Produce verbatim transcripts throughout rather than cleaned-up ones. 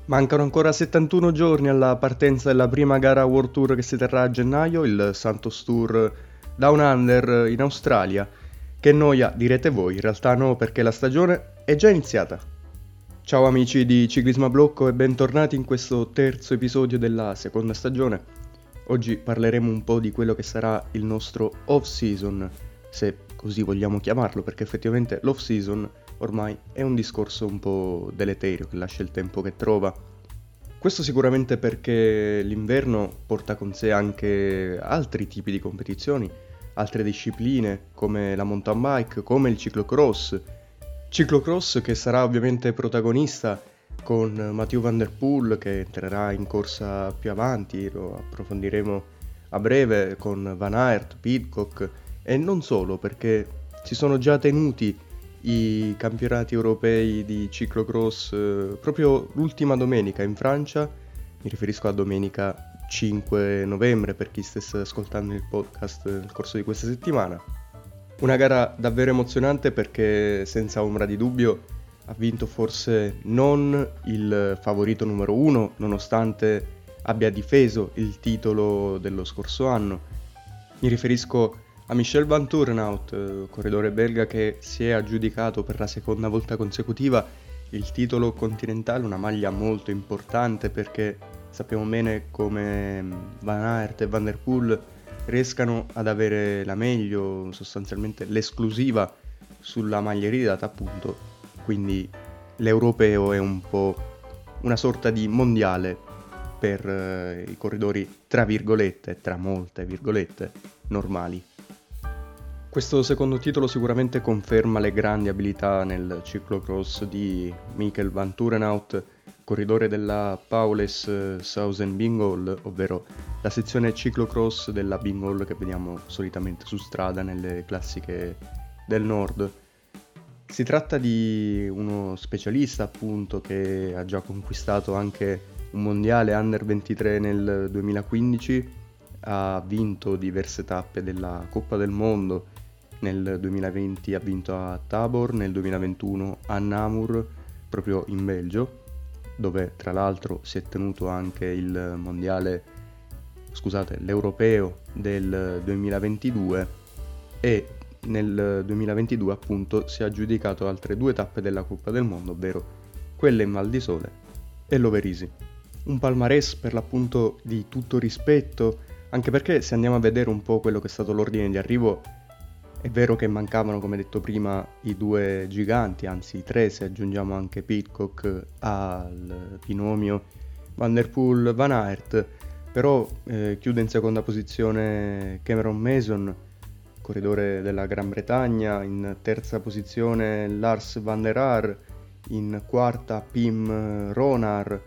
Mancano ancora settantuno giorni alla partenza della prima gara World Tour che si terrà a gennaio, il Santos Tour Down Under in Australia. Che noia, direte voi, in realtà no, perché la stagione è già iniziata. Ciao amici di Ciclismo a Blocco e bentornati in questo terzo episodio della seconda stagione. Oggi parleremo un po' di quello che sarà il nostro off-season, se così vogliamo chiamarlo, perché effettivamente l'off-season ormai è un discorso un po' deleterio che lascia il tempo che trova. Questo sicuramente perché l'inverno porta con sé anche altri tipi di competizioni, altre discipline come la mountain bike, come il ciclocross. Ciclocross che sarà ovviamente protagonista con Mathieu van der Poel che entrerà in corsa più avanti, lo approfondiremo a breve con Van Aert, Pidcock e non solo, perché si sono già tenuti i campionati europei di ciclocross eh, proprio l'ultima domenica in Francia. Mi riferisco a domenica cinque novembre per chi stesse ascoltando il podcast nel corso di questa settimana. Una gara davvero emozionante perché senza ombra di dubbio ha vinto forse non il favorito numero uno, nonostante abbia difeso il titolo dello scorso anno. Mi riferisco a Michel Vanthourenhout, corridore belga che si è aggiudicato per la seconda volta consecutiva il titolo continentale, una maglia molto importante perché sappiamo bene come Van Aert e Van der Poel riescano ad avere la meglio, sostanzialmente l'esclusiva sulla maglieria data appunto, quindi l'europeo è un po' una sorta di mondiale per eh, i corridori tra virgolette, tra molte virgolette, normali. Questo secondo titolo sicuramente conferma le grandi abilità nel ciclocross di Michel Vanthourenhout, corridore della Paules Sausen Bingoal, ovvero la sezione ciclocross della Bingoal che vediamo solitamente su strada nelle classiche del nord. Si tratta di uno specialista appunto che ha già conquistato anche un mondiale under ventitré nel duemilaquindici, ha vinto diverse tappe della Coppa del Mondo. Nel duemilaventi ha vinto a Tabor, nel duemilaventuno a Namur, proprio in Belgio, dove tra l'altro si è tenuto anche il mondiale, scusate, l'europeo del duemilaventidue, e nel duemilaventidue appunto si è aggiudicato altre due tappe della Coppa del Mondo, ovvero quelle in Val di Sole e l'Overisi. Un palmarès per l'appunto di tutto rispetto, anche perché se andiamo a vedere un po' quello che è stato l'ordine di arrivo, è vero che mancavano, come detto prima, i due giganti, anzi i tre se aggiungiamo anche Pidcock al binomio Van der Poel-Van Aert, però eh, chiude in seconda posizione Cameron Mason, corridore della Gran Bretagna, in terza posizione Lars van der Haar, in quarta Pim Ronar,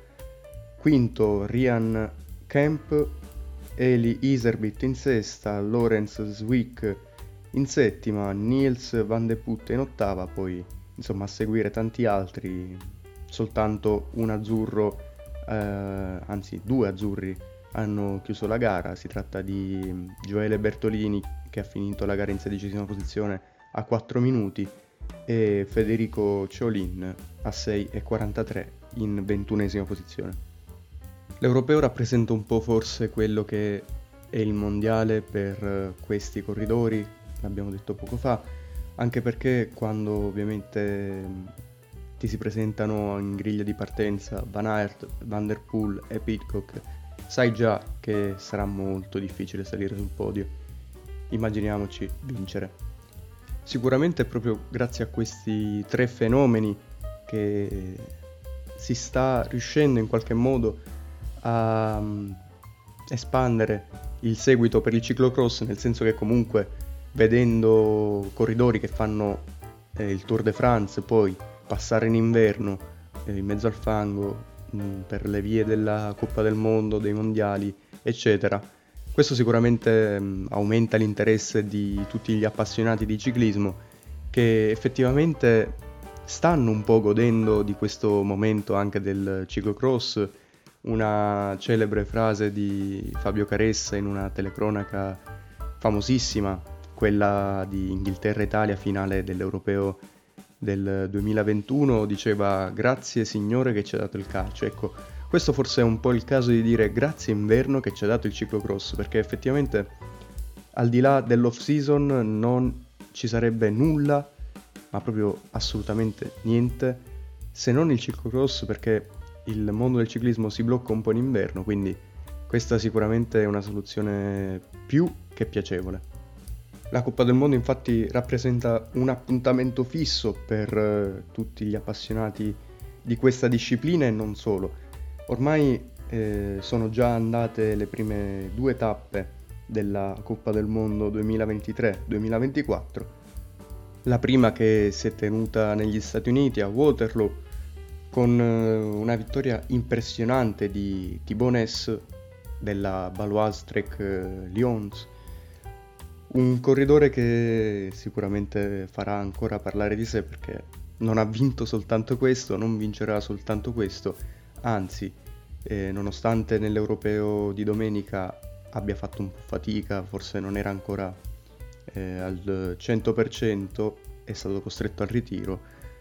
quinto Ryan Kemp, Eli Iserbyt in sesta, Lorenz Zwick in settima, Niels van de Putte in ottava, poi insomma a seguire tanti altri, soltanto un azzurro, eh, anzi due azzurri hanno chiuso la gara. Si tratta di Gioele Bertolini che ha finito la gara in sedicesima posizione a quattro minuti e Federico Ciolin a sei e quarantatré in ventunesima posizione. L'europeo rappresenta un po' forse quello che è il mondiale per questi corridori, l'abbiamo detto poco fa, anche perché quando ovviamente ti si presentano in griglia di partenza Van Aert, Van der Poel e Pidcock, sai già che sarà molto difficile salire sul podio. Immaginiamoci vincere. Sicuramente è proprio grazie a questi tre fenomeni che si sta riuscendo in qualche modo a espandere il seguito per il ciclocross, nel senso che comunque vedendo corridori che fanno eh, il Tour de France poi passare in inverno eh, in mezzo al fango mh, per le vie della Coppa del Mondo, dei mondiali eccetera, questo sicuramente mh, aumenta l'interesse di tutti gli appassionati di ciclismo che effettivamente stanno un po' godendo di questo momento anche del ciclocross. Una celebre frase di Fabio Caressa in una telecronaca famosissima, quella di Inghilterra-Italia finale dell'Europeo del duemilaventuno diceva grazie signore che ci ha dato il calcio. Ecco, questo forse è un po' il caso di dire grazie inverno che ci ha dato il ciclocross, perché effettivamente al di là dell'off season non ci sarebbe nulla, ma proprio assolutamente niente, se non il ciclocross, perché il mondo del ciclismo si blocca un po' in inverno, quindi questa sicuramente è una soluzione più che piacevole. La Coppa del Mondo infatti rappresenta un appuntamento fisso per eh, tutti gli appassionati di questa disciplina e non solo. Ormai eh, sono già andate le prime due tappe della Coppa del Mondo duemilaventitré duemilaventiquattro. La prima che si è tenuta negli Stati Uniti a Waterloo con eh, una vittoria impressionante di Thibaut Ness della Baloise Trek eh, Lyons. Un corridore che sicuramente farà ancora parlare di sé perché non ha vinto soltanto questo, non vincerà soltanto questo, anzi, eh, nonostante nell'Europeo di domenica abbia fatto un po' fatica, forse non era ancora eh, al cento per cento, è stato costretto al ritiro.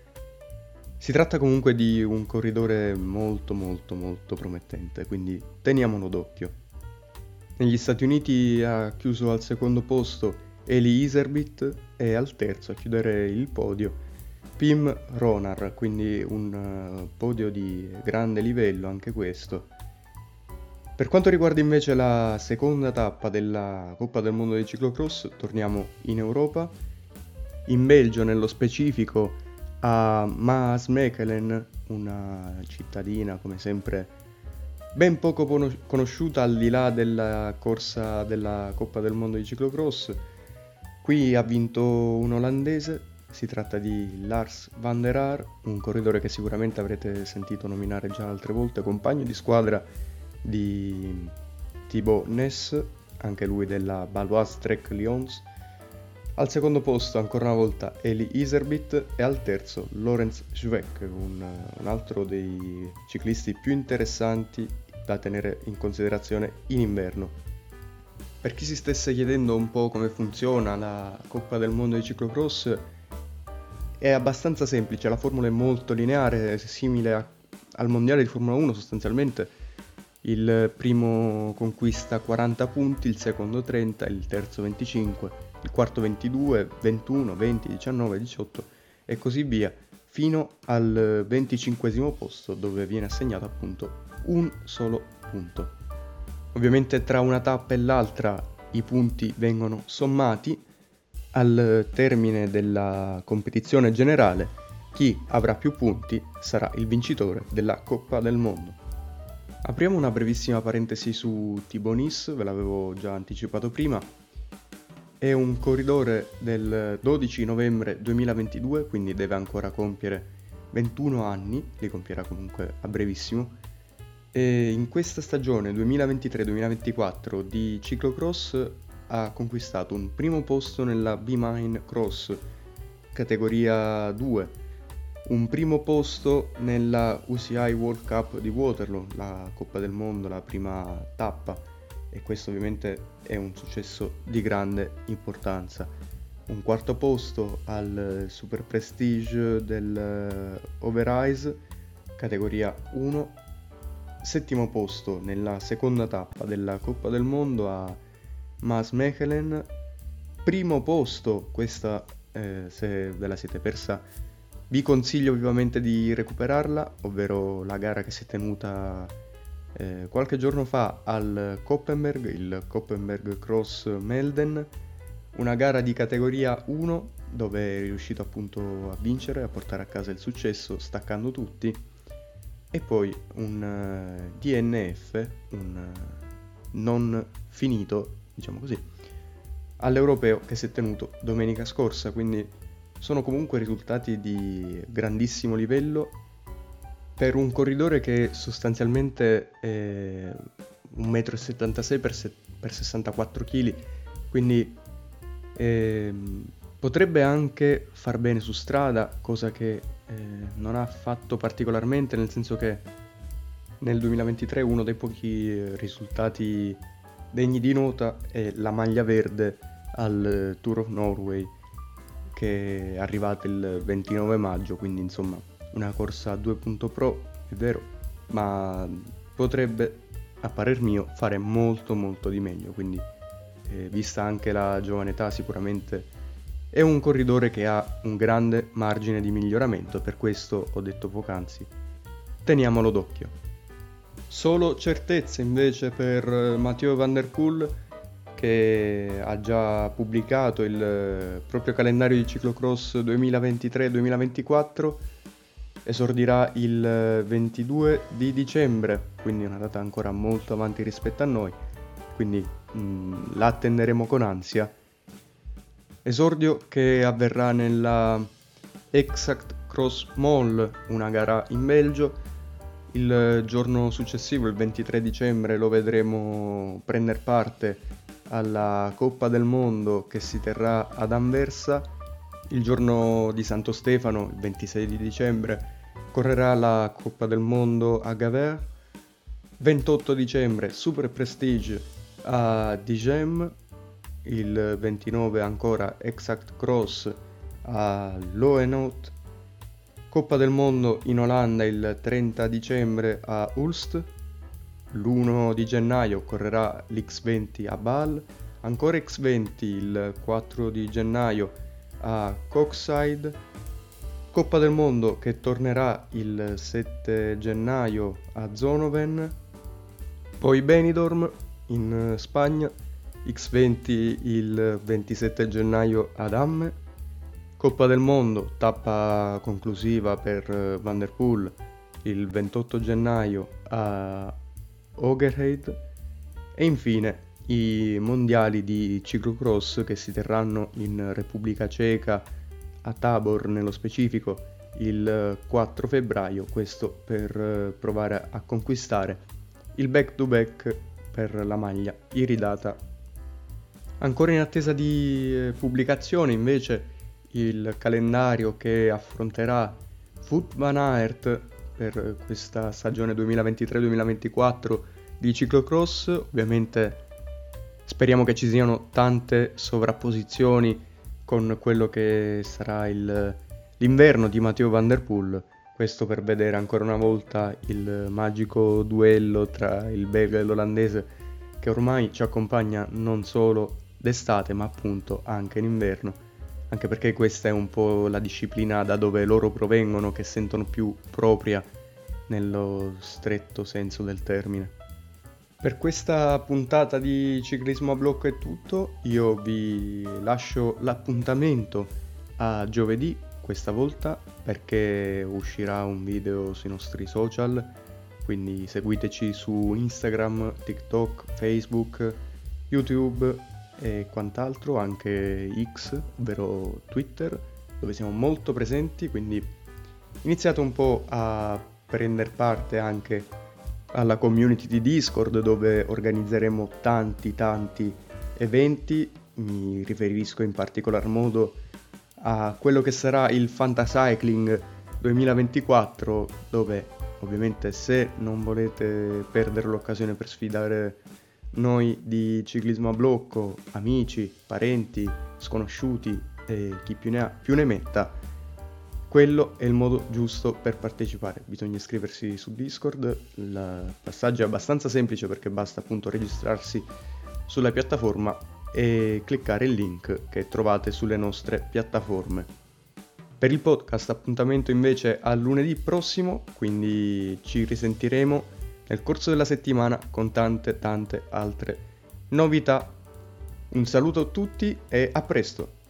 Si tratta comunque di un corridore molto molto molto promettente, quindi teniamolo d'occhio. Negli Stati Uniti ha chiuso al secondo posto Eli Iserbyt e al terzo a chiudere il podio Pim Ronar, quindi un uh, podio di grande livello anche questo. Per quanto riguarda invece la seconda tappa della Coppa del Mondo di Ciclocross, torniamo in Europa, in Belgio nello specifico a Maasmechelen, una cittadina come sempre ben poco conosciuta al di là della corsa della Coppa del Mondo di Ciclocross. Qui ha vinto un olandese, si tratta di Lars van der Haar, un corridore che sicuramente avrete sentito nominare già altre volte, compagno di squadra di Thibaut Ness, anche lui della Baloise Trek Lyons. Al secondo posto ancora una volta Eli Iserbyt e al terzo Lorenz Schweck, un, un altro dei ciclisti più interessanti da tenere in considerazione in inverno. Per chi si stesse chiedendo un po' come funziona la Coppa del Mondo di Ciclocross, è abbastanza semplice, la formula è molto lineare, è simile a, al mondiale di Formula uno sostanzialmente. Il primo conquista quaranta punti, il secondo trenta, il terzo venticinque, il quarto ventidue, ventuno, venti, diciannove, diciotto e così via, fino al venticinquesimo posto dove viene assegnato appunto un solo punto. Ovviamente tra una tappa e l'altra i punti vengono sommati. Al termine della competizione generale, chi avrà più punti sarà il vincitore della Coppa del Mondo. Apriamo una brevissima parentesi su Thibaut Ness, ve l'avevo già anticipato prima. È un corridore del dodici novembre duemilaventidue, quindi deve ancora compiere ventuno anni, li compierà comunque a brevissimo. E in questa stagione duemilaventitré duemilaventiquattro di ciclocross ha conquistato un primo posto nella B-Mine Cross, categoria due, un primo posto nella U C I World Cup di Waterloo, la Coppa del Mondo, la prima tappa, e questo ovviamente è un successo di grande importanza. Un quarto posto al Super Prestige del Overijse, categoria uno, settimo posto nella seconda tappa della Coppa del Mondo a Maasmechelen, primo posto, questa eh, se ve la siete persa vi consiglio vivamente di recuperarla, ovvero la gara che si è tenuta eh, qualche giorno fa al Koppenberg, il Koppenberg Cross Melden, una gara di categoria uno dove è riuscito appunto a vincere, a portare a casa il successo staccando tutti, e poi un uh, D N F, un uh, non finito, diciamo così, all'Europeo che si è tenuto domenica scorsa, quindi sono comunque risultati di grandissimo livello per un corridore che sostanzialmente è un metro e settantasei per sessantaquattro chili, quindi eh, potrebbe anche far bene su strada, cosa che eh, non ha fatto particolarmente, nel senso che nel duemilaventitré uno dei pochi risultati degni di nota è la maglia verde al Tour of Norway, che è arrivata il ventinove maggio, quindi insomma una corsa a due punto pro, è vero, ma potrebbe, a parer mio, fare molto molto di meglio, quindi eh, vista anche la giovane età sicuramente è un corridore che ha un grande margine di miglioramento, per questo ho detto poc'anzi, teniamolo d'occhio. Solo certezze invece per Mathieu Van Der Poel, che ha già pubblicato il proprio calendario di ciclocross duemilaventitré duemilaventiquattro, esordirà il ventidue di dicembre, quindi una data ancora molto avanti rispetto a noi, quindi mh, la attenderemo con ansia. Esordio che avverrà nella Exact Cross Mall, una gara in Belgio. Il giorno successivo, il ventitré dicembre, lo vedremo prendere parte alla Coppa del Mondo che si terrà ad Anversa. Il giorno di Santo Stefano, il ventisei di dicembre, correrà la Coppa del Mondo a Gavert. ventotto dicembre, Super Prestige a Diegem. Il ventinove ancora Exact Cross a Loenhout. Coppa del Mondo in Olanda il trenta dicembre a Ulst. L'primo di gennaio correrà l'X venti a Bâle, ancora X venti il quattro di gennaio a Koksijde, Coppa del Mondo che tornerà il sette gennaio a Zonhoven, poi Benidorm in Spagna, X venti il ventisette gennaio ad Amme, Coppa del Mondo, tappa conclusiva per Van Der Poel il ventotto gennaio a Ogerheide e infine i mondiali di ciclocross che si terranno in Repubblica Ceca, a Tabor nello specifico, il quattro febbraio, questo per provare a conquistare il back to back per la maglia iridata. Ancora in attesa di pubblicazione invece il calendario che affronterà Wout van Aert per questa stagione duemilaventitré duemilaventiquattro di ciclocross. Ovviamente speriamo che ci siano tante sovrapposizioni con quello che sarà il, l'inverno di Mathieu Van Der Poel, questo per vedere ancora una volta il magico duello tra il belga e l'olandese che ormai ci accompagna non solo d'estate ma appunto anche in inverno, anche perché questa è un po' la disciplina da dove loro provengono, che sentono più propria nello stretto senso del termine. Per questa puntata di Ciclismo a Blocco è tutto, io vi lascio l'appuntamento a giovedì questa volta perché uscirà un video sui nostri social, quindi seguiteci su Instagram, TikTok, Facebook, YouTube e quant'altro, anche X, ovvero Twitter, dove siamo molto presenti, quindi iniziate un po' a prendere parte anche alla community di Discord dove organizzeremo tanti tanti eventi. Mi riferisco in particolar modo a quello che sarà il Fantacycling duemilaventiquattro, dove ovviamente se non volete perdere l'occasione per sfidare noi di Ciclismo a Blocco, amici, parenti, sconosciuti e chi più ne ha più ne metta, quello è il modo giusto per partecipare. Bisogna iscriversi su Discord, il passaggio è abbastanza semplice perché basta appunto registrarsi sulla piattaforma e cliccare il link che trovate sulle nostre piattaforme. Per il podcast appuntamento invece a lunedì prossimo, quindi ci risentiremo nel corso della settimana con tante tante altre novità. Un saluto a tutti e a presto!